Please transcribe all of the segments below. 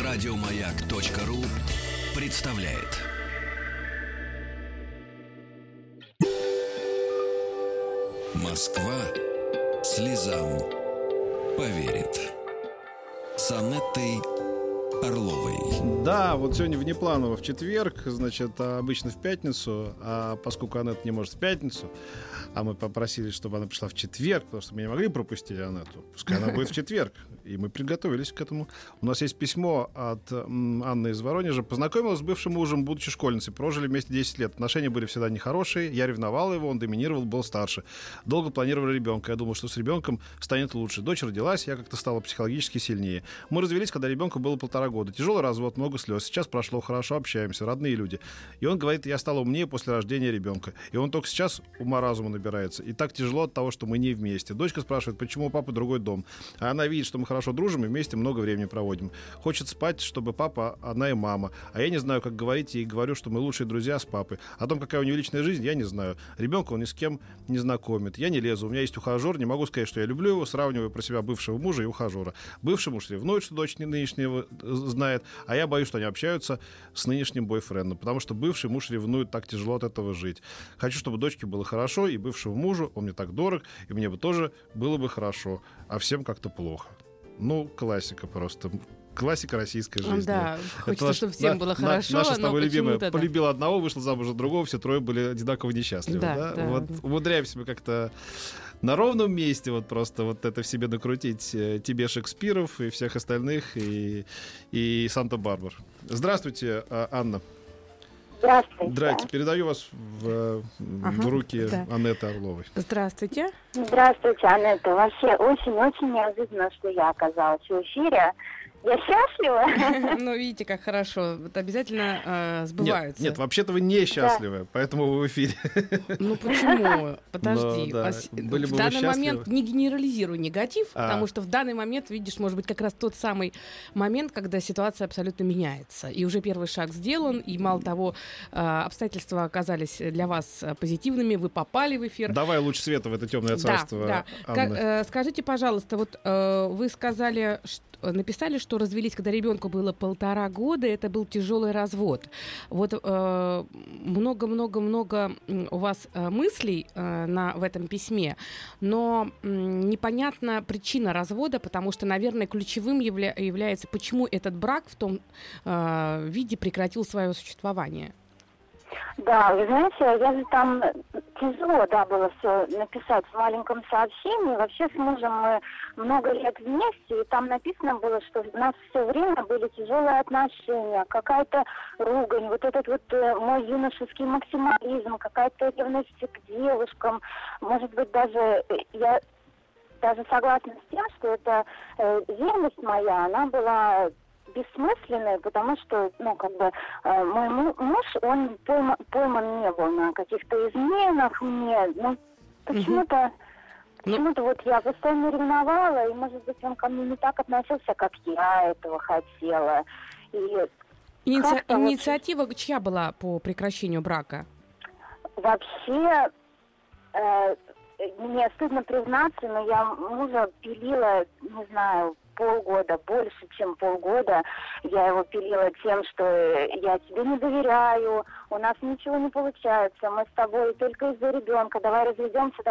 Радиомаяк.ру представляет. Москва слезам поверит. С Анеттой Орловой. Да, вот сегодня внепланово в четверг, значит, обычно в пятницу, а поскольку Анетта не может в пятницу, а мы попросили, чтобы она пришла в четверг, потому что мы не могли пропустить Анетту, пускай она будет в четверг, и мы приготовились к этому. У нас есть письмо от Анны из Воронежа. Познакомилась с бывшим мужем, будучи школьницей, прожили вместе 10 лет. Отношения были всегда нехорошие, я ревновала его, он доминировал, был старше. Долго планировали ребенка, я думала, что с ребенком станет лучше. Дочь родилась, я как-то стала психологически сильнее. Мы развелись, когда ребенку было 1,5 года. Тяжелый развод, много слез. Сейчас прошло хорошо, общаемся, родные люди. И он говорит, я стала умнее после рождения ребенка. И он только сейчас ума-разума набирается. И так тяжело от того, что мы не вместе. Дочка спрашивает, почему у папы другой дом. А она видит, что мы хорошо дружим и вместе много времени проводим. Хочет спать, чтобы папа, она и мама. А я не знаю, как говорить, и говорю, что мы лучшие друзья с папой. О том, какая у него личная жизнь, я не знаю. Ребенка он ни с кем не знакомит. Я не лезу. У меня есть ухажер. Не могу сказать, что я люблю его. Сравниваю про себя бывшего мужа и ухажера. Бывший муж ревнует, что дочь нынешнего знает. А я боюсь, что они общаются с нынешним бойфрендом. Потому что бывший муж ревнует, так тяжело от этого жить. Хочу, чтобы дочке было хорошо, и бывшему мужу, он мне так дорог, и мне бы тоже было бы хорошо. А всем как-то плохо. Ну, классика просто. Классика российской жизни. Да, хочется, чтобы всем было хорошо, наша с тобой любимая да. полюбила одного, вышла замуж за другого, все трое были одинаково несчастливы. Да? Вот умудряемся мы как-то на ровном месте вот просто вот это в себе накрутить тебе Шекспиров и всех остальных, и Санта-Барбар. Здравствуйте, Анна. Здравствуйте. Здравствуйте. Передаю вас в руки Анетты Орловой. Здравствуйте. Здравствуйте, Анетта. Вообще очень-очень неожиданно, что я оказалась в эфире. Я счастлива. Ну, видите, как хорошо. Вот обязательно сбываются. Нет, вообще-то вы не счастливы, поэтому вы в эфире. Ну, почему? Подожди. Были бы в данный момент не генерализируй негатив, потому что в данный момент, видишь, может быть, как раз тот самый момент, когда ситуация абсолютно меняется. И уже первый шаг сделан, и мало того, обстоятельства оказались для вас позитивными, вы попали в эфир. Давай луч света в это темное царство, Анна. Скажите, пожалуйста, вот вы сказали, написали, что развелись, когда ребенку было 1,5 года, это был тяжелый развод. Вот много-много-много у вас мыслей в этом письме, но непонятна причина развода, потому что, наверное, ключевым является, почему этот брак в том виде прекратил свое существование. Да, вы знаете, я же там тяжело, было все написать в маленьком сообщении. Вообще с мужем мы много лет вместе, и там написано было, что у нас все время были тяжелые отношения, какая-то ругань, вот этот вот мой юношеский максимализм, какая-то ревность к девушкам. Может быть, даже я даже согласна с тем, что эта ревность моя, она была бессмысленная, потому что, мой муж, он пойман не был на каких-то изменах мне, почему-то вот я постоянно ревновала, и, может быть, он ко мне не так относился, как я этого хотела. И инициатива чья была по прекращению брака? Вообще, мне стыдно признаться, но я мужа пилила, не знаю, полгода, больше, чем полгода. Я его пилила тем, что я тебе не доверяю, у нас ничего не получается, мы с тобой только из-за ребенка, давай разведемся.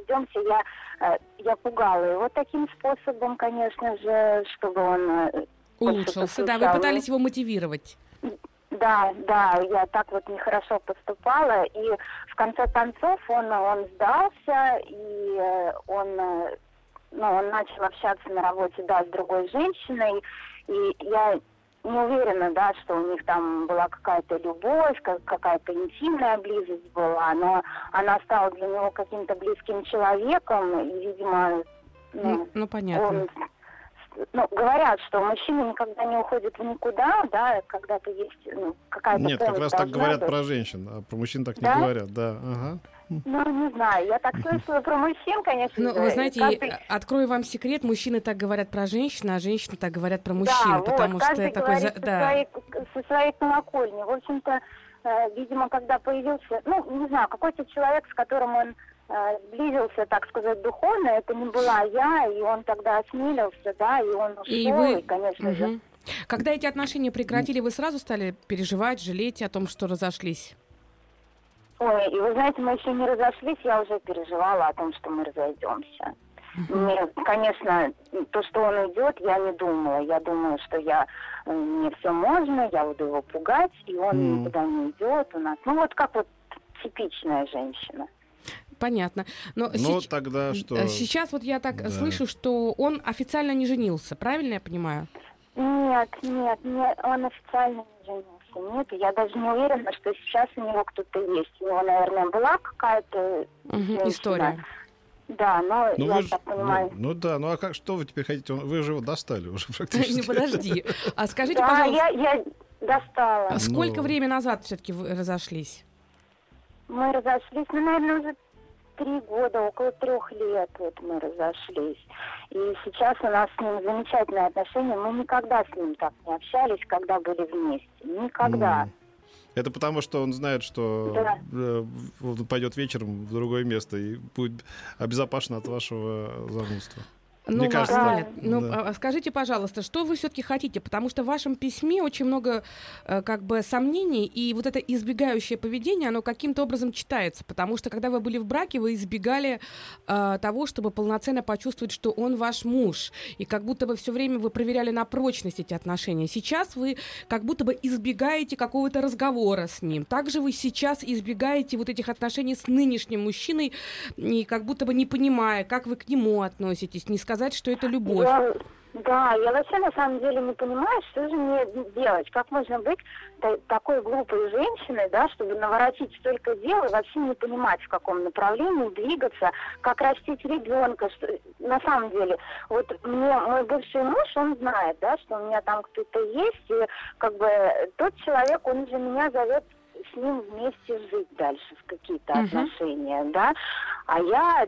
Я пугала его таким способом, конечно же, чтобы он улучшился. Да, вы пытались его мотивировать. Да, я так вот нехорошо поступала, и в конце концов он сдался, и он начал общаться на работе, с другой женщиной, и я не уверена, что у них там была какая-то любовь, какая-то интимная близость была, но она стала для него каким-то близким человеком, и, видимо, понятно. Говорят, что мужчина никогда не уходит в никуда, когда-то есть какая-то... Нет, как раз так говорят про женщин, а про мужчин так не говорят, да. Ага. Не знаю, я так слышала про мужчин, конечно. Вы знаете, открою вам секрет, мужчины так говорят про женщин, а женщины так говорят про мужчин, потому что каждый такой... говорит со своей колокольни. В общем-то, видимо, когда появился, не знаю, какой-то человек, с которым он сблизился, так сказать, духовно, это не была я, и он тогда осмелился, и он ушел, и, конечно же... Когда эти отношения прекратили, вы сразу стали переживать, жалеть о том, что разошлись? Ой, и вы знаете, мы еще не разошлись, я уже переживала о том, что мы разойдемся. Мне, конечно, то, что он уйдет, я не думала. Я думала, что мне все можно, я буду его пугать, и он никуда не уйдет у нас. Ну, вот как вот типичная женщина. Понятно. Но тогда что? Сейчас вот я так слышу, что он официально не женился. Правильно я понимаю? Нет, он официально не женился. Нет, я даже не уверена, что сейчас у него кто-то есть. У него, наверное, была какая-то история. Да, но я так понимаю. А как, что вы теперь хотите? Вы же его достали уже практически. Не, подожди. А скажите, пожалуйста... я достала. Сколько времени назад все-таки вы разошлись? Мы разошлись, наверное, уже 3 года, около 3 лет вот мы разошлись. И сейчас у нас с ним замечательные отношения. Мы никогда с ним так не общались, когда были вместе. Никогда. Это потому, что он знает, что он пойдет вечером в другое место и будет обезопасен от вашего занудства. Мне кажется, скажите, пожалуйста, что вы все-таки хотите? Потому что в вашем письме очень много сомнений, и вот это избегающее поведение, оно каким-то образом читается. Потому что, когда вы были в браке, вы избегали того, чтобы полноценно почувствовать, что он ваш муж. И как будто бы все время вы проверяли на прочность эти отношения. Сейчас вы как будто бы избегаете какого-то разговора с ним. Также вы сейчас избегаете вот этих отношений с нынешним мужчиной, и как будто бы не понимая, как вы к нему относитесь, не сказать, что это любовь. Я вообще на самом деле не понимаю, что же мне делать. Как можно быть такой глупой женщиной, да, чтобы наворотить столько дел и вообще не понимать, в каком направлении двигаться, как растить ребенка. На самом деле, вот мой бывший муж, он знает, да, что у меня там кто-то есть, и как бы тот человек, он же меня зовет с ним вместе жить дальше в какие-то отношения, да. А я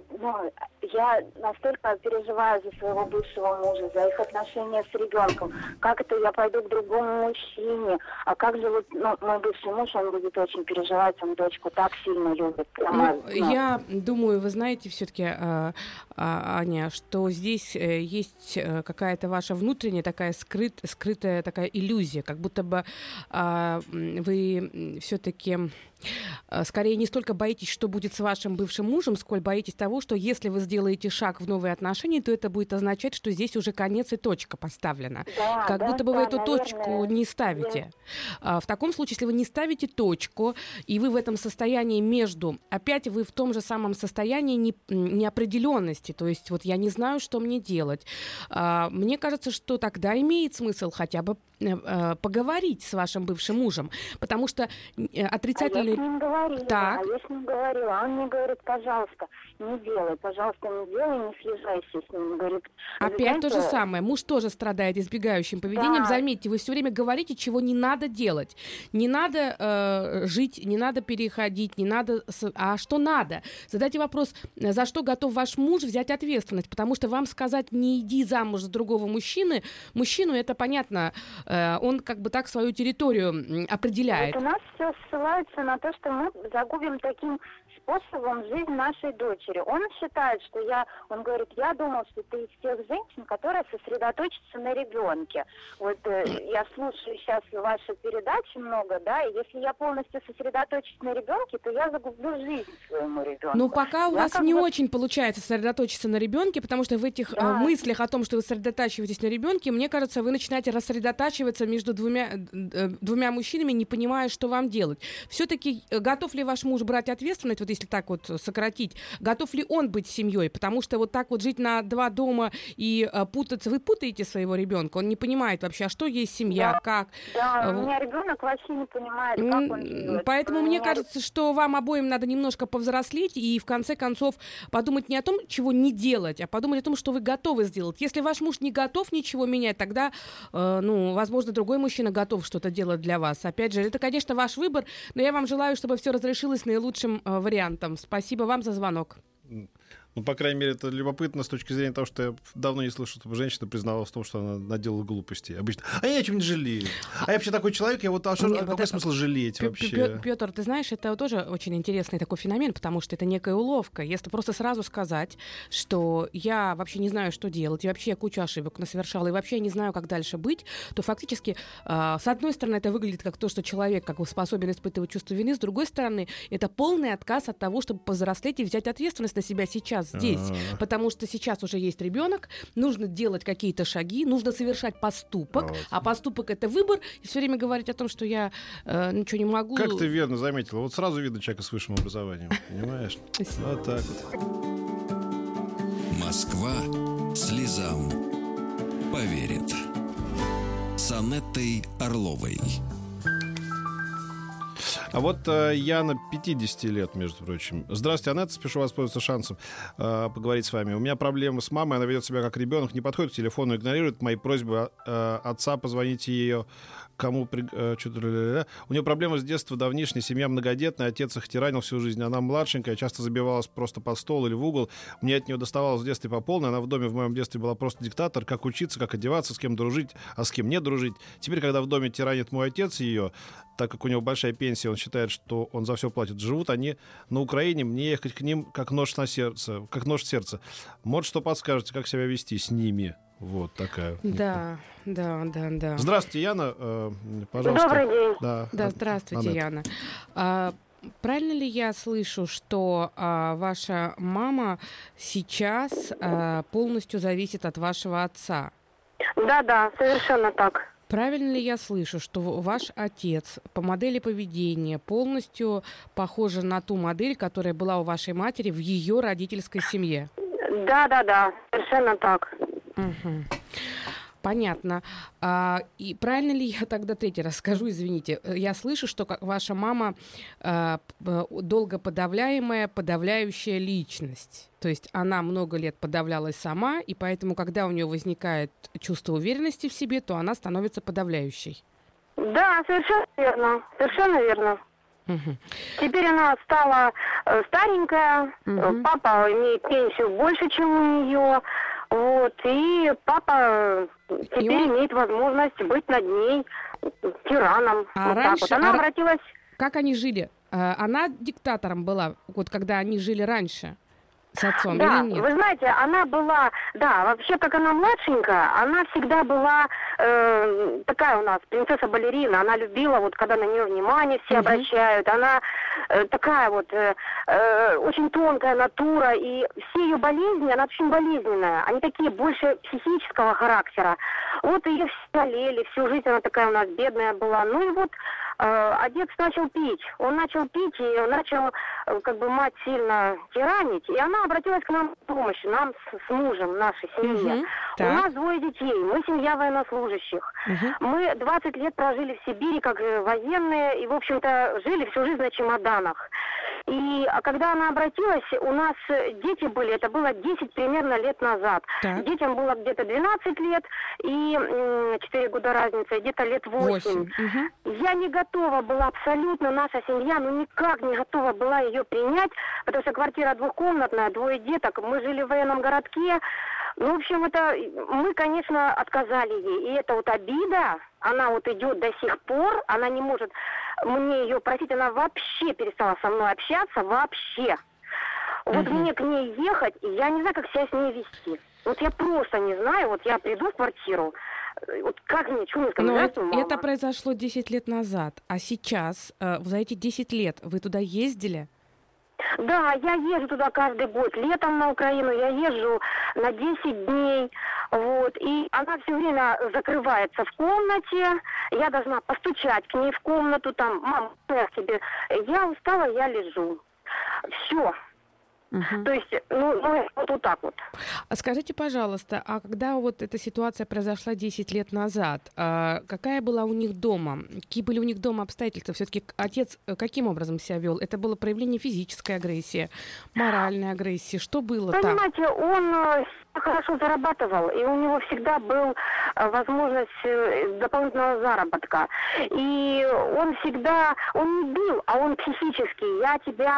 настолько переживаю за своего бывшего мужа, за их отношения с ребенком. Как это я пойду к другому мужчине? А как же мой бывший муж, он будет очень переживать, он дочку так сильно любит. Я думаю, вы знаете все-таки, Аня, что здесь есть какая-то ваша внутренняя такая скрытая такая иллюзия, как будто бы вы все-таки скорее не столько боитесь, что будет с вашим бывшим мужем, сколь боитесь того, что если вы сделаете шаг в новые отношения, то это будет означать, что здесь уже конец и точка поставлена. Как будто бы вы эту точку не ставите. В таком случае, если вы не ставите точку, и вы в этом состоянии опять вы в том же самом состоянии неопределенности, то есть вот я не знаю, что мне делать. Мне кажется, что тогда имеет смысл хотя бы поговорить с вашим бывшим мужем, потому что отрицательный... Я с ним говорила, он мне говорит, пожалуйста, не делай, не съезжайся с ним. Говорит, опять то же самое. Муж тоже страдает избегающим поведением. Да. Заметьте, вы все время говорите, чего не надо делать. Не надо жить, не надо переходить, не надо... А что надо? Задайте вопрос, за что готов ваш муж взять ответственность, потому что вам сказать «не иди замуж за другого мужчину, это понятно, он как бы так свою территорию определяет. Вот у нас все ссылается на то, что мы загубим таким способом жизнь нашей дочери. Он считает, что он говорит, я думал, что ты из тех женщин, которые сосредоточатся на ребенке. Вот я слушаю сейчас ваши передачи много, да, и если я полностью сосредоточусь на ребенке, то я загублю жизнь своему ребенку. Но пока у вас не очень получается сосредоточиться на ребенке, потому что в этих мыслях о том, что вы сосредотачиваетесь на ребенке, мне кажется, вы начинаете рассредотачиваться между двумя мужчинами, не понимая, что вам делать. Все-таки готов ли ваш муж брать ответственность, вот если так вот сократить, готов ли он быть семьей? Потому что вот так вот жить на 2 дома и путаться, вы путаете своего ребенка, он не понимает вообще, а что есть семья, как. Да, у меня ребенок вообще не понимает, как он живет. Поэтому мне кажется, что вам обоим надо немножко повзрослеть и в конце концов подумать не о том, чего не делать, а подумать о том, что вы готовы сделать. Если ваш муж не готов ничего менять, тогда, возможно, другой мужчина готов что-то делать для вас. Опять же, это, конечно, ваш выбор, но я вам желаю, чтобы все разрешилось наилучшим вариантом. Спасибо вам за звонок. Ну, по крайней мере, это любопытно с точки зрения того, что я давно не слышал, чтобы женщина признавалась в том, что она наделала глупостей. Обычно. А я ни о чем не жалею. А я вообще такой человек, какой смысл жалеть вообще? Петр, ты знаешь, это тоже очень интересный такой феномен, потому что это некая уловка. Если просто сразу сказать, что я вообще не знаю, что делать, и вообще я кучу ошибок насовершала, и вообще я не знаю, как дальше быть, то фактически, с одной стороны, это выглядит как то, что человек как бы способен испытывать чувство вины, с другой стороны, это полный отказ от того, чтобы повзрослеть и взять ответственность на себя сейчас, здесь. Потому что сейчас уже есть ребенок, нужно делать какие-то шаги, нужно совершать поступок, а поступок — это выбор, и все время говорить о том, что я ничего не могу. Как ты верно заметила, вот сразу видно человека с высшим образованием, понимаешь? Вот так вот. Москва слезам поверит. С Анеттой Орловой. А вот Яна, 50 лет, между прочим. Здравствуйте, Анетта, спешу воспользоваться шансом поговорить с вами. У меня проблемы с мамой, она ведет себя как ребенок, не подходит к телефону, игнорирует мои просьбы отца, позвоните ее, кому... У нее проблемы с детства давнишней, семья многодетная, отец их тиранил всю жизнь. Она младшенькая, часто забивалась просто под стол или в угол. Мне от нее доставалось в детстве по полной. Она в доме в моем детстве была просто диктатор. Как учиться, как одеваться, с кем дружить, а с кем не дружить. Теперь, когда в доме тиранит мой отец ее, так как у него большая пенсия, он считает, что он за все платит. Живут они на Украине, мне ехать к ним как нож на сердце, как нож в сердце. Может, что подскажете, как себя вести с ними? Вот такая. Да. Здравствуйте, Яна, пожалуйста. Добрый день. Да, здравствуйте, Анетта. Яна. Правильно ли я слышу, что ваша мама сейчас полностью зависит от вашего отца? Да, совершенно так. Правильно ли я слышу, что ваш отец по модели поведения полностью похож на ту модель, которая была у вашей матери в ее родительской семье? Да, совершенно так. Угу. Понятно. И правильно ли я тогда третий раз скажу, извините, я слышу, что ваша мама долго подавляющая личность. То есть она много лет подавлялась сама, и поэтому, когда у нее возникает чувство уверенности в себе, то она становится подавляющей. Да, совершенно верно. Угу. Теперь она стала старенькая, папа имеет пенсию больше, чем у нее. Вот, и папа теперь имеет возможность быть над ней тираном. А раньше, Она обратилась... Как они жили? Она диктатором была, вот когда они жили раньше с отцом, да, или нет? Вы знаете, она была... Да, вообще, как она младшенькая, она всегда была такая у нас, принцесса-балерина. Она любила, вот когда на нее внимание все обращают. Она такая вот очень тонкая натура. И все ее болезни, она очень болезненная. Они такие больше психического характера. Вот ее все болели, всю жизнь она такая у нас бедная была. Ну и вот отец начал пить. Он начал пить и начал как бы мать сильно тиранить. И она обратилась к нам в помощь, нам с мужем, нашей семье. У нас 2 детей, мы семья военнослужащих. Мы 20 лет прожили в Сибири как военные и, в общем-то, жили всю жизнь на чемоданах. И когда она обратилась, у нас дети были, это было 10 примерно лет назад. Детям было где-то 12 лет и 4 года разница, где-то лет 8. Я не готова была абсолютно, наша семья, никак не готова была ее принять, потому что квартира двухкомнатная, 2 деток, мы жили в военном городке. Ну, в общем, это мы, конечно, отказали ей. И это вот обида, она вот идет до сих пор, она не может мне ее просить, она вообще перестала со мной общаться, вообще. Вот мне к ней ехать, и я не знаю, как себя с ней вести. Вот я просто не знаю, вот я приду в квартиру, вот как мне, что мне сказать, мама? Это произошло 10 лет назад, а сейчас, за эти 10 лет вы туда ездили? Да, я езжу туда каждый год. Летом на Украину я езжу на 10 дней. Вот. И она все время закрывается в комнате. Я должна постучать к ней в комнату. Там, мам, я тебе, я устала, я лежу. Все. То есть, вот так вот. Скажите, пожалуйста, а когда вот эта ситуация произошла 10 лет назад, какая была у них дома? Какие были у них дома обстоятельства? Все-таки отец каким образом себя вел? Это было проявление физической агрессии, моральной агрессии? Что было там? Понимаете, он хорошо зарабатывал, и у него всегда был возможность дополнительного заработка. И он всегда, он не бил, а он психически, я тебя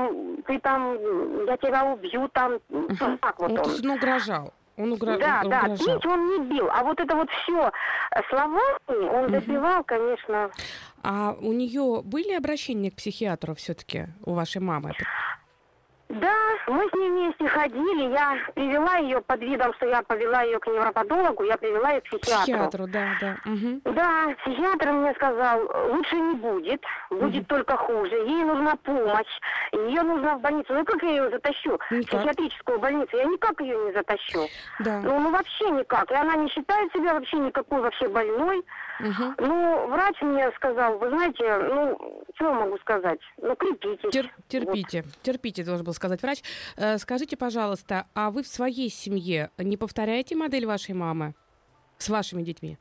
убью, там, так вот он. Он угрожал. Он угрожал. Бить он не бил, а вот это вот все словами он добивал, конечно. А у нее были обращения к психиатру все-таки, у вашей мамы? Да, мы с ней вместе ходили, я привела ее под видом, что я повела ее к невропатологу, я привела ее к психиатру. Психиатру, да. Угу. Да, психиатр мне сказал, лучше не будет, будет только хуже, ей нужна помощь, ее нужно в больницу. Ну как я ее затащу? В психиатрическую больницу? Я никак ее не затащу. Да. Ну вообще никак. И она не считает себя вообще никакой вообще больной. Угу. Ну, врач мне сказал, вы знаете, что я могу сказать? Крепитесь. Терпите, должен был сказать врач. Скажите, пожалуйста, а вы в своей семье не повторяете модель вашей мамы с вашими детьми?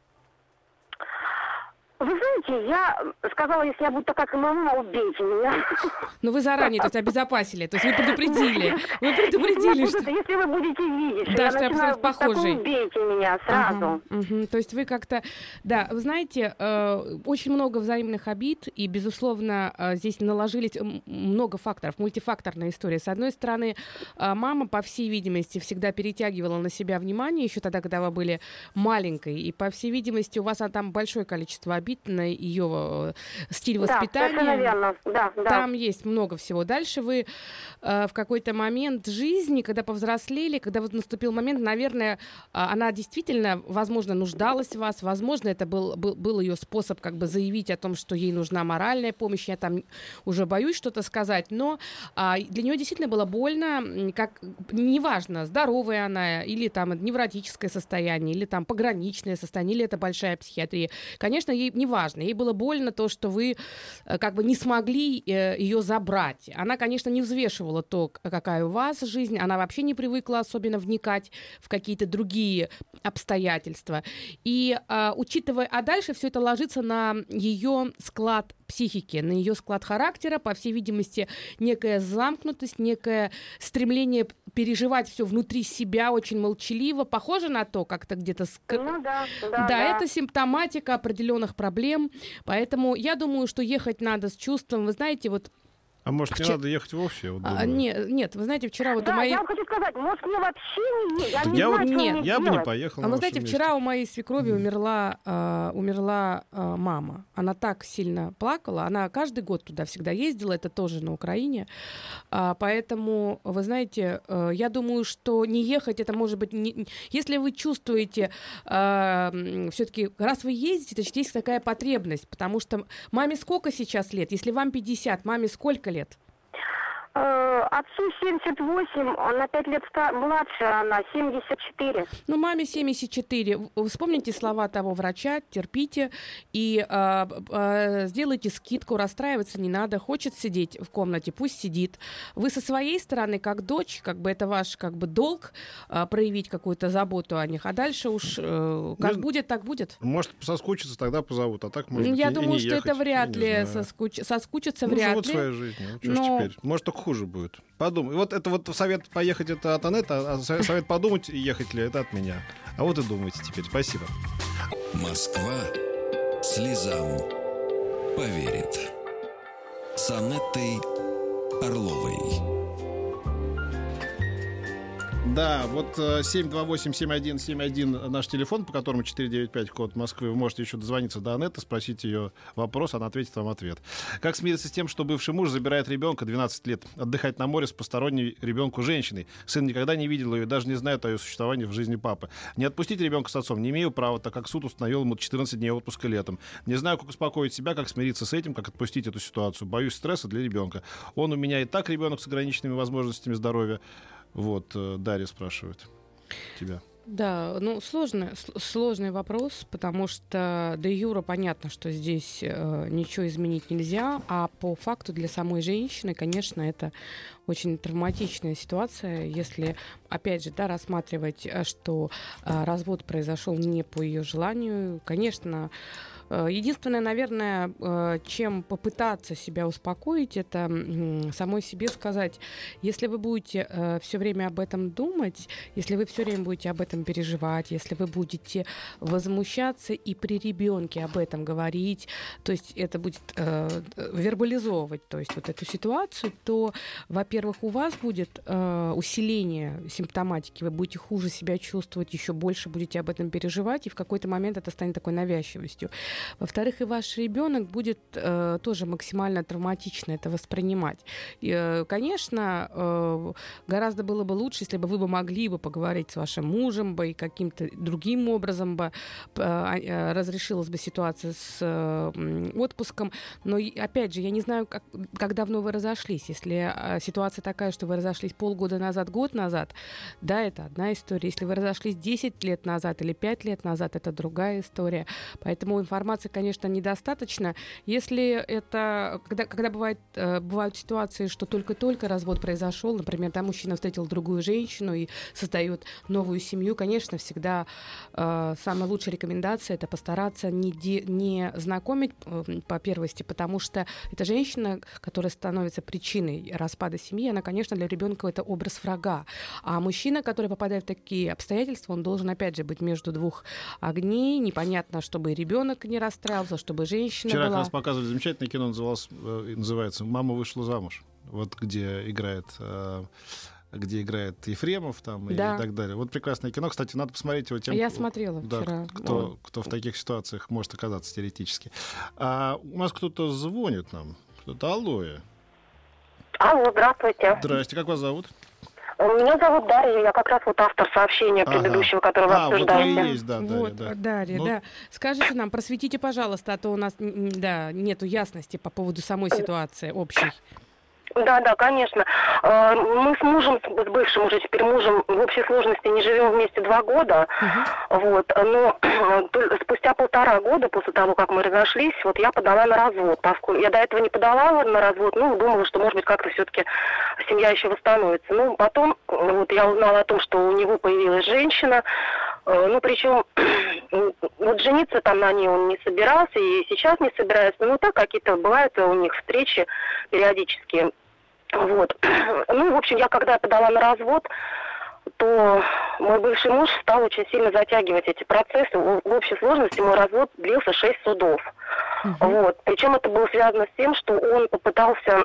Вы знаете, я сказала, если я буду такая, как мама, убейте меня. Но вы заранее, то есть, обезопасили, то есть вы предупредили. Вы предупредили, что... Если вы будете видеть, да, я что я начинаю быть такой, убейте меня сразу. То есть вы как-то... Да, вы знаете, очень много взаимных обид, и, безусловно, здесь наложились много факторов, мультифакторная история. С одной стороны, мама, по всей видимости, всегда перетягивала на себя внимание, еще тогда, когда вы были маленькой, и, по всей видимости, у вас там большое количество обид на ее стиль воспитания. Да, верно. Да. Там есть много всего. Дальше вы в какой-то момент жизни, когда повзрослели, когда вот наступил момент, наверное, она действительно, возможно, нуждалась в вас, возможно, это был ее способ как бы заявить о том, что ей нужна моральная помощь. Я там уже боюсь что-то сказать, но для нее действительно было больно, как неважно, здоровая она, или там невротическое состояние, или там пограничное состояние, или это большая психиатрия. Конечно, ей неважно. Ей было больно то, что вы как бы не смогли ее забрать. Она, конечно, не взвешивала то, какая у вас жизнь. Она вообще не привыкла особенно вникать в какие-то другие обстоятельства. И учитывая... А дальше все это ложится на ее склад психики, на ее склад характера, по всей видимости, некая замкнутость, некое стремление переживать все внутри себя очень молчаливо. Похоже на то, как-то где-то... Да, это симптоматика определенных проблем. Поэтому я думаю, что ехать надо с чувством. Вы знаете, вот... А может, не надо ехать вовсе? Вот нет, вы знаете, вчера вот у моей... я хочу сказать, может, мне вообще не ехать? Я бы не поехал. Вы знаете, вчера у моей свекрови умерла мама. Она так сильно плакала. Она каждый год туда всегда ездила, это тоже на Украине. Поэтому, вы знаете, я думаю, что не ехать, это может быть... Если вы чувствуете, все-таки, раз вы ездите, значит, есть такая потребность, потому что маме сколько сейчас лет? Если вам 50, маме сколько лет? Отцу 78, он на 5 лет младше, она 74. Ну, маме 74. Вспомните слова того врача, терпите и сделайте скидку, расстраиваться не надо. Хочет сидеть в комнате, пусть сидит. Вы со своей стороны, как дочь, как бы это ваш как бы долг проявить какую-то заботу о них, а дальше уж как будет, так будет. Может, соскучиться, тогда позовут, а так может быть я думаю, не что ехать. это вряд ли соскучиться вряд живут ли. своей жизнью. Что ж теперь? Может, только хуже будет. Подумай. Вот это вот совет поехать, это от Анетты, а совет подумать, ехать ли, это от меня. А вот и думайте теперь. Спасибо. Москва слезам поверит. С Анеттой Орловой. Да, вот 728-7171 наш телефон, по которому 495 код Москвы. Вы можете еще дозвониться до Анетты, спросить ее вопрос, она ответит вам ответ. Как смириться с тем, что бывший муж забирает ребенка 12 лет отдыхать на море с посторонней ребенку женщиной? Сын никогда не видел ее, даже не знает о ее существовании в жизни папы. Не отпустить ребенка с отцом не имею права, так как суд установил ему 14 дней отпуска летом. Не знаю, как успокоить себя, как смириться с этим, как отпустить эту ситуацию. Боюсь стресса для ребенка. Он у меня и так ребенок с ограниченными возможностями здоровья. Вот, Дарья спрашивает тебя. Да, ну сложный вопрос, потому что де юре понятно, что здесь ничего изменить нельзя, а по факту для самой женщины, конечно, это очень травматичная ситуация, если, опять же, рассматривать, что развод произошел не по ее желанию. Конечно, Единственное, наверное, чем попытаться себя успокоить, это самой себе сказать, если вы будете все время об этом думать, если вы все время будете об этом переживать, если вы будете возмущаться и при ребенке об этом говорить, то есть это будет вербализовывать, то есть вот эту ситуацию, то, во-первых, у вас будет усиление симптоматики, вы будете хуже себя чувствовать, еще больше будете об этом переживать, и в какой-то момент это станет такой навязчивостью. Во-вторых, и ваш ребенок будет тоже максимально травматично это воспринимать. И, конечно, гораздо было бы лучше, если бы вы могли бы поговорить с вашим мужем бы и каким-то другим образом бы разрешилась бы ситуация с отпуском. Но, опять же, я не знаю, как давно вы разошлись. Если ситуация такая, что вы разошлись полгода назад, год назад, да, это одна история. Если вы разошлись 10 лет назад или 5 лет назад, это другая история. Поэтому информации, конечно, недостаточно. Если это... Когда бывают ситуации, что только-только развод произошел, например, там мужчина встретил другую женщину и создает новую семью, конечно, всегда самая лучшая рекомендация — это постараться не знакомить по первости, потому что эта женщина, которая становится причиной распада семьи, она, конечно, для ребенка это образ врага. А мужчина, который попадает в такие обстоятельства, он должен, опять же, быть между двух огней. Непонятно, чтобы ребенок не расстраивался, чтобы женщина Вчера была... как раз показывали замечательное кино, называется «Мама вышла замуж». Вот где играет Ефремов там, да. И так далее. Вот прекрасное кино. Кстати, надо посмотреть его тем, я смотрела вчера. Кто в таких ситуациях может оказаться теоретически. А у нас кто-то звонит нам. Кто-то. Алло. Алло, здравствуйте. Здрасте, как вас зовут? Меня зовут Дарья, я как раз вот автор сообщения предыдущего, которое вы обсуждаете. Вот вы и есть, да, вот, Дарья, да. Скажите нам, просветите, пожалуйста, а то у нас нету ясности по поводу самой ситуации общей. Да, конечно. Мы с мужем, с бывшим уже теперь мужем, в общей сложности не живем вместе 2 года. Вот. Но спустя 1,5 года после того, как мы разошлись, вот я подала на развод. Поскольку я до этого не подала на развод, думала, что, может быть, как-то все-таки семья еще восстановится. Потом вот я узнала о том, что у него появилась женщина. Причем вот жениться там на ней он не собирался и сейчас не собирается. Так какие-то бывают у них встречи периодические. Вот. В общем, я когда подала на развод, то мой бывший муж стал очень сильно затягивать эти процессы. В общей сложности мой развод длился 6 судов. Вот. Причем это было связано с тем, что он попытался,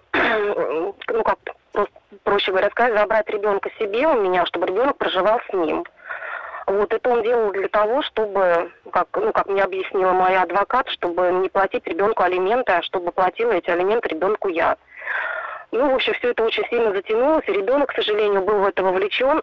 проще говоря сказать, забрать ребенка себе у меня, чтобы ребенок проживал с ним. Вот, это он делал для того, чтобы, как мне объяснила моя адвокат, чтобы не платить ребенку алименты, а чтобы платила эти алименты ребенку я. В общем, все это очень сильно затянулось, и ребенок, к сожалению, был в это вовлечен.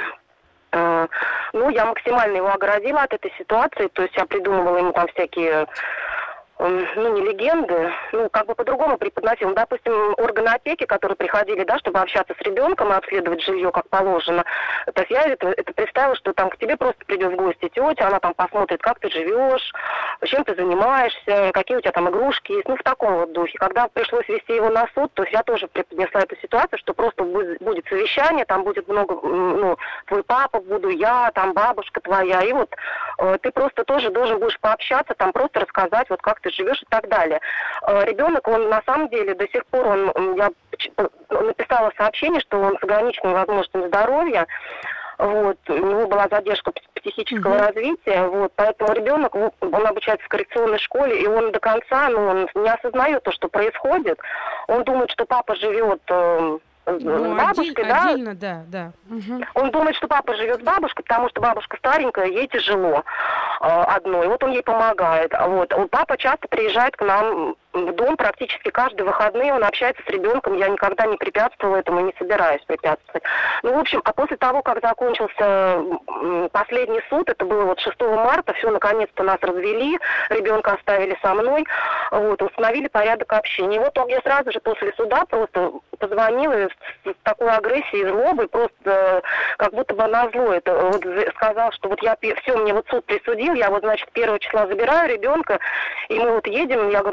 Я максимально его оградила от этой ситуации, то есть я придумывала ему там всякие... не легенды, по-другому преподносил. Допустим, органы опеки, которые приходили, чтобы общаться с ребенком и обследовать жилье как положено. То есть я это представила, что там к тебе просто придет в гости тетя, она там посмотрит, как ты живешь, чем ты занимаешься, какие у тебя там игрушки есть, в таком вот духе. Когда пришлось вести его на суд, то есть я тоже преподнесла эту ситуацию, что просто будет совещание, там будет много, твой папа, буду я, там бабушка твоя, и вот ты просто тоже должен будешь пообщаться, там просто рассказать, вот как ты живешь и так далее. Ребенок, он на самом деле до сих пор, я написала сообщение, что он с ограниченными возможностями здоровья, вот, у него была задержка психического развития, вот, поэтому ребенок, он обучается в коррекционной школе, и он до конца, он не осознает то, что происходит. Он думает, что папа живет... бабушкой, отдельно, да. Он думает, что папа живет с бабушкой, потому что бабушка старенькая, ей тяжело одной. Вот он ей помогает. Вот. Папа часто приезжает к нам в дом практически каждые выходные, он общается с ребенком. Я никогда не препятствовала этому и не собираюсь препятствовать. В общем, а после того, как закончился последний суд, это было 6 марта, все, наконец-то нас развели, ребенка оставили со мной, установили порядок общения. И вот он мне сразу же после суда просто позвонил с такой агрессией и злобой, просто как будто бы назло это. Сказал, что мне суд присудил, я 1 числа забираю ребенка, и мы едем, я говорю, да, пожалуйста,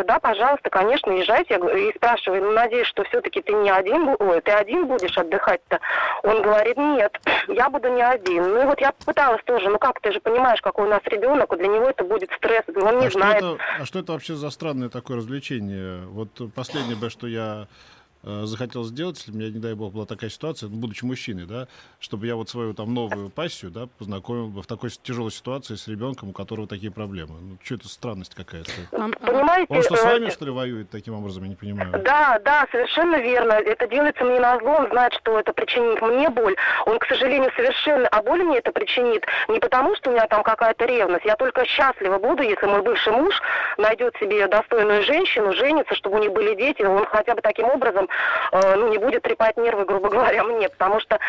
пожалуйста, конечно, езжайте. Я говорю, и спрашиваю, ну, надеюсь, что все-таки ты не один, ты один будешь отдыхать-то? Он говорит, нет, я буду не один. Ну, и вот я попыталась тоже, ну, как, ты же понимаешь, какой у нас ребенок, и для него это будет стресс, он не знает. Что это вообще за странное такое развлечение? Вот последнее, что я захотел сделать, если у меня, не дай бог, была такая ситуация, будучи мужчиной, да, чтобы я вот свою там новую пассию, да, познакомил бы в такой тяжелой ситуации с ребенком, у которого такие проблемы. Ну, что это странность какая-то? Понимаете, он что, с вами, что ли, воюет таким образом, я не понимаю. Да, совершенно верно. Это делается мне назло, он знает, что это причинит мне боль. Он, к сожалению, совершенно, а боль мне это причинит не потому, что у меня там какая-то ревность. Я только счастлива буду, если мой бывший муж найдет себе достойную женщину, женится, чтобы у них были дети, он хотя бы таким образом не будет трепать нервы, грубо говоря, мне, потому что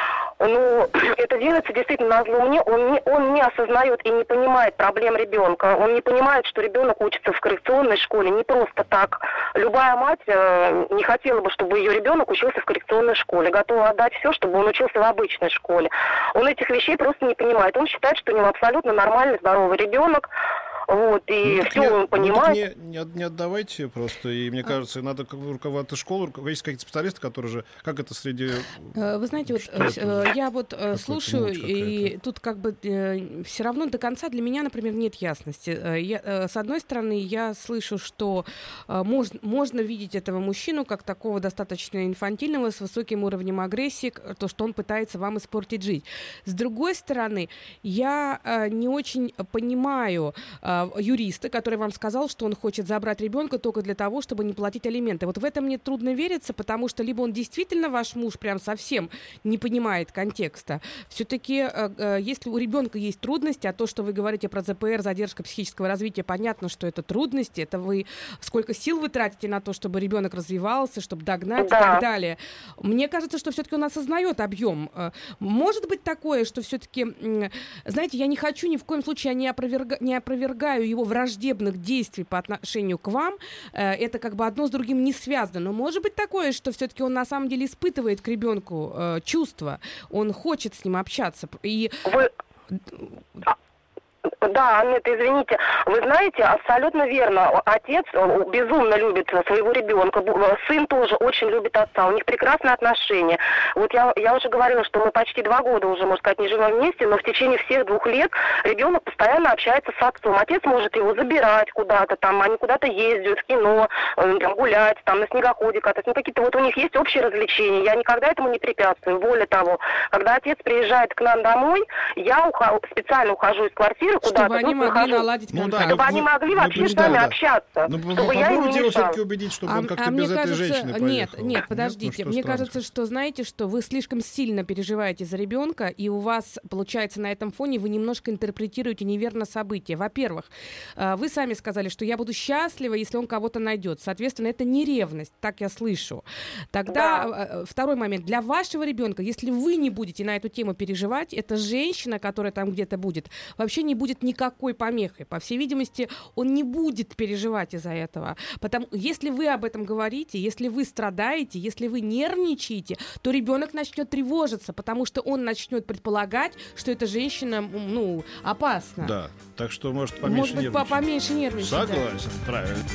это делается действительно назло мне. Он не осознает и не понимает проблем ребенка. Он не понимает, что ребенок учится в коррекционной школе не просто так. Любая мать не хотела бы, чтобы ее ребенок учился в коррекционной школе. Готова отдать все, чтобы он учился в обычной школе. Он этих вещей просто не понимает. Он считает, что у него абсолютно нормальный, здоровый ребенок. Вот, и все он понимает. Не отдавайте просто. И мне кажется, надо руководить школу, есть какие-то специалисты, которые же... Как это среди... Вы знаете, я слушаю, и тут как бы все равно до конца для меня, например, нет ясности. С одной стороны, я слышу, что можно видеть этого мужчину как такого достаточно инфантильного, с высоким уровнем агрессии, то, что он пытается вам испортить жизнь. С другой стороны, я не очень понимаю юриста, который вам сказал, что он хочет забрать ребенка только для того, чтобы не платить алименты. Вот в это мне трудно вериться, потому что либо он действительно ваш муж прям совсем не понимает контекста. Все-таки, если у ребенка есть трудности, а то, что вы говорите про ЗПР, задержка психического развития, понятно, что это трудности, это вы сколько сил вы тратите на то, чтобы ребенок развивался, чтобы догнать и так далее. Мне кажется, что все-таки он осознает объем. Может быть такое, что все-таки, знаете, я не хочу ни в коем случае, не опровергаю его враждебных действий по отношению к вам, это как бы одно с другим не связано. Но может быть такое, что все-таки он на самом деле испытывает к ребенку чувства, он хочет с ним общаться. И... Да, Аннет, извините. Вы знаете, абсолютно верно. Отец безумно любит своего ребенка. Сын тоже очень любит отца. У них прекрасные отношения. Вот я уже говорила, что мы почти 2 года уже, можно сказать, не живем вместе, но в течение всех 2 лет ребенок постоянно общается с отцом. Отец может его забирать куда-то, там, они куда-то ездят, в кино, там, гулять, там, на снегоходе кататься. Ну, какие-то вот у них есть общие развлечения. Я никогда этому не препятствую. Более того, когда отец приезжает к нам домой, я специально ухожу из квартиры, чтобы они могли наладить контакт. Чтобы они могли вообще с нами общаться. Чтобы я им не мешала. Все-таки убедить, чтобы он как-то без этой женщины поехал. Нет, подождите. Мне кажется, что, знаете, что вы слишком сильно переживаете за ребенка, и у вас, получается, на этом фоне вы немножко интерпретируете неверно события. Во-первых, вы сами сказали, что я буду счастлива, если он кого-то найдет. Соответственно, это не ревность, так я слышу. Тогда второй момент. Для вашего ребенка, если вы не будете на эту тему переживать, эта женщина, которая там где-то будет, вообще не будет никакой помехой. По всей видимости, он не будет переживать из-за этого. Потому, если вы об этом говорите, если вы страдаете, если вы нервничаете, то ребенок начнет тревожиться, потому что он начнет предполагать, что эта женщина, опасна. Да, так что, может, поменьше нервничать. Может быть, поменьше нервничать. Согласен, правильно.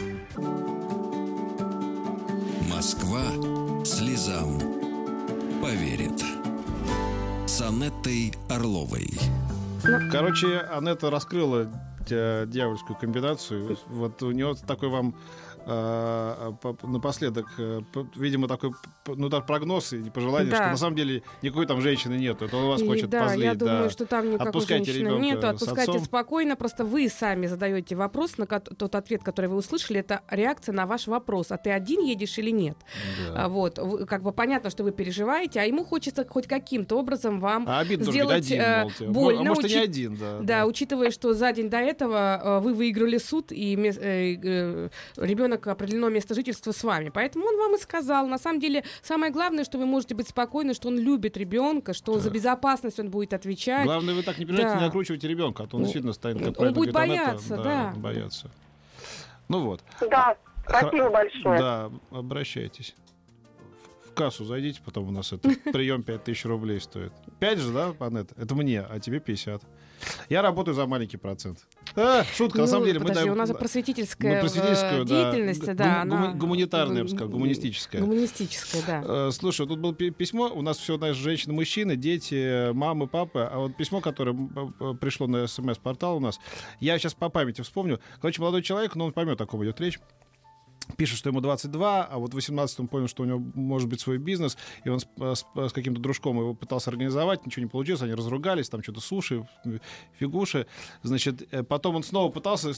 Москва слезам поверит. С Анеттой Орловой. Короче, Анетта раскрыла дьявольскую комбинацию. Вот у нее такой вам напоследок, видимо, такой прогноз и пожелание, что на самом деле никакой там женщины нету. Это он вас хочет позлить. Я думаю, что там никакой женщины нету. Отпускайте спокойно. Просто вы сами задаете вопрос, на тот ответ, который вы услышали, это реакция на ваш вопрос. А ты один едешь или нет? Да. Вот. Как бы понятно, что вы переживаете, а ему хочется хоть каким-то образом вам сделать больно. А может, и не один, да, учитывая, что за день до этого вы выиграли суд, и ребенок определенного места жительства с вами. Поэтому он вам и сказал. На самом деле, самое главное, что вы можете быть спокойны, что он любит ребенка, что за безопасность он будет отвечать. Главное, вы так не переживайте, не накручивайте ребенка, а то он действительно станет, как правильно говорит Анетта, да. Бояться. Ну вот. Да, спасибо большое. Да, обращайтесь. кассу зайдите, потом у нас это прием 5000 рублей стоит. 5 же, да, Анетта? Это мне, а тебе 50. Я работаю за маленький процент. Шутка, на самом деле. Подожди, у нас просветительская деятельность, да. Гуманитарная, я бы сказал, гуманистическая. Гуманистическая, да. Слушай, тут было письмо, у нас все, знаешь, женщины, мужчины, дети, мамы, папы, а вот письмо, которое пришло на СМС-портал у нас, я сейчас по памяти вспомню. Короче, молодой человек, но он поймет, о ком идет речь. Пишет, что ему 22, а вот в 18 он понял, что у него может быть свой бизнес, и он с каким-то дружком его пытался организовать, ничего не получилось, они разругались, там что-то суши, фигуши. Значит, потом он снова пытался,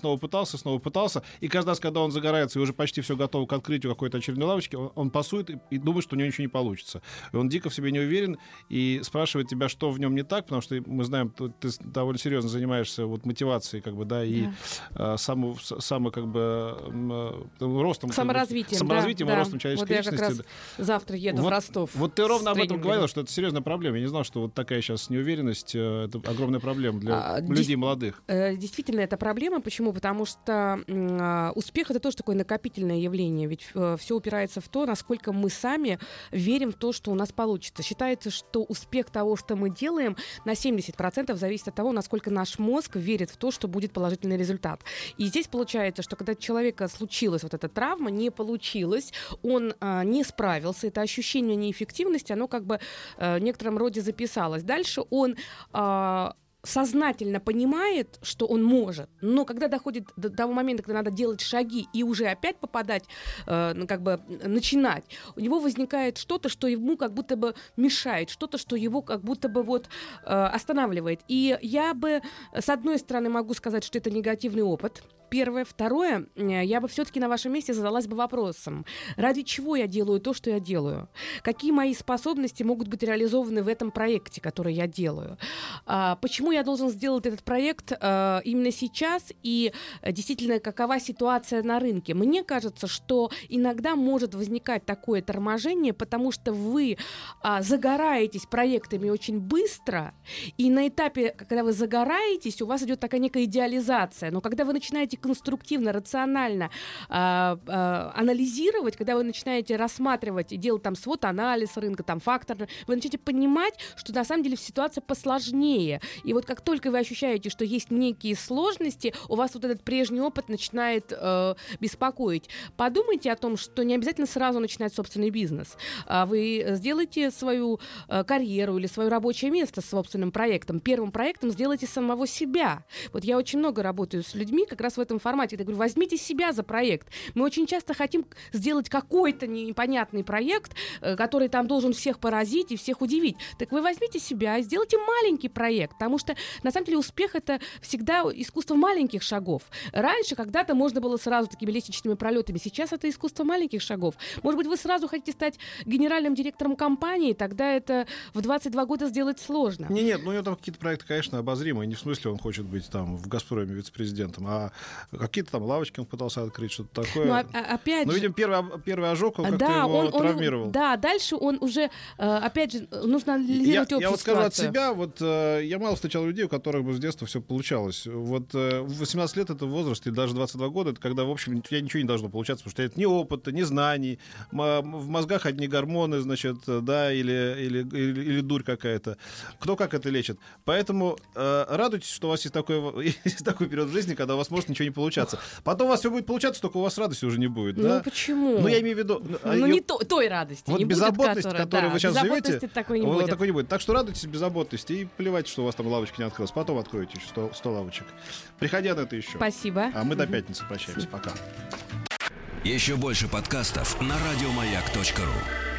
и каждый раз, когда он загорается и уже почти все готово к открытию какой-то очередной лавочки, он пасует и думает, что у него ничего не получится. И он дико в себе не уверен и спрашивает тебя, что в нем не так, потому что мы знаем, ты довольно серьезно занимаешься вот мотивацией, как бы, да, и самым как бы ростом. Саморазвитием и ростом человеческой личности. Вот я как раз завтра еду в Ростов. Вот ты ровно об этом говорила, что это серьезная проблема. Я не знал, что вот такая сейчас неуверенность — это огромная проблема для людей молодых. Действительно, это проблема. Почему? Потому что успех — это тоже такое накопительное явление. Ведь все упирается в то, насколько мы сами верим в то, что у нас получится. Считается, что успех того, что мы делаем, на 70% зависит от того, насколько наш мозг верит в то, что будет положительный результат. И здесь получается, что когда у человека случилась вот эта травма, не получилось, он не справился, это ощущение неэффективности, оно как бы в некотором роде записалось. Дальше он сознательно понимает, что он может, но когда доходит до того момента, когда надо делать шаги и уже опять попадать, как бы начинать, у него возникает что-то, что ему как будто бы мешает, что-то, что его как будто бы вот останавливает. И я бы, с одной стороны, могу сказать, что это негативный опыт. Первое. Второе, я бы все-таки на вашем месте задалась бы вопросом, ради чего я делаю то, что я делаю? Какие мои способности могут быть реализованы в этом проекте, который я делаю? Почему я должен сделать этот проект именно сейчас? И действительно, какова ситуация на рынке? Мне кажется, что иногда может возникать такое торможение, потому что вы загораетесь проектами очень быстро, и на этапе, когда вы загораетесь, у вас идет такая некая идеализация. Но когда вы начинаете конструктивно, рационально анализировать, когда вы начинаете рассматривать и делать там свод-анализ рынка, там фактор, вы начинаете понимать, что на самом деле ситуация посложнее. И вот как только вы ощущаете, что есть некие сложности, у вас вот этот прежний опыт начинает беспокоить. Подумайте о том, что не обязательно сразу начинать собственный бизнес. Вы сделаете свою карьеру или свое рабочее место с собственным проектом. Первым проектом сделайте самого себя. Вот я очень много работаю с людьми как раз в этом формате. Я говорю, возьмите себя за проект. Мы очень часто хотим сделать какой-то непонятный проект, который там должен всех поразить и всех удивить. Так вы возьмите себя и сделайте маленький проект, потому что, на самом деле, успех — это всегда искусство маленьких шагов. Раньше когда-то можно было сразу такими лестничными пролетами. Сейчас это искусство маленьких шагов. Может быть, вы сразу хотите стать генеральным директором компании, тогда это в 22 года сделать сложно. Нет, у него там какие-то проекты, конечно, обозримые. Не в смысле он хочет быть там в «Газпроме» вице-президентом, а какие-то там лавочки он пытался открыть, что-то такое. Опять же... видим, первый ожог, он как-то его травмировал. Дальше он уже, опять же, нужно анализировать общую ситуацию. Я вот скажу от себя, я мало встречал людей, у которых бы с детства все получалось. Вот 18 лет — это возраст, и даже 22 года — это когда, в общем, у тебя ничего не должно получаться, потому что это ни опыта, ни знаний, в мозгах одни гормоны, значит, да, или дурь какая-то. Кто как это лечит. Поэтому радуйтесь, что у вас есть такой период в жизни, когда у вас может ничего не получаться. Потом у вас все будет получаться, только у вас радости уже не будет. Да? Почему? Я имею в виду... не той радости. Вот не беззаботность, будет, которой вы сейчас живете, такой не будет. Так что радуйтесь беззаботности и плевать, что у вас там лавочка не открылась. Потом откроете еще 100 лавочек. Приходи на это еще. Спасибо. А мы до пятницы прощаемся. Пока. Еще больше подкастов на радиомаяк.ру.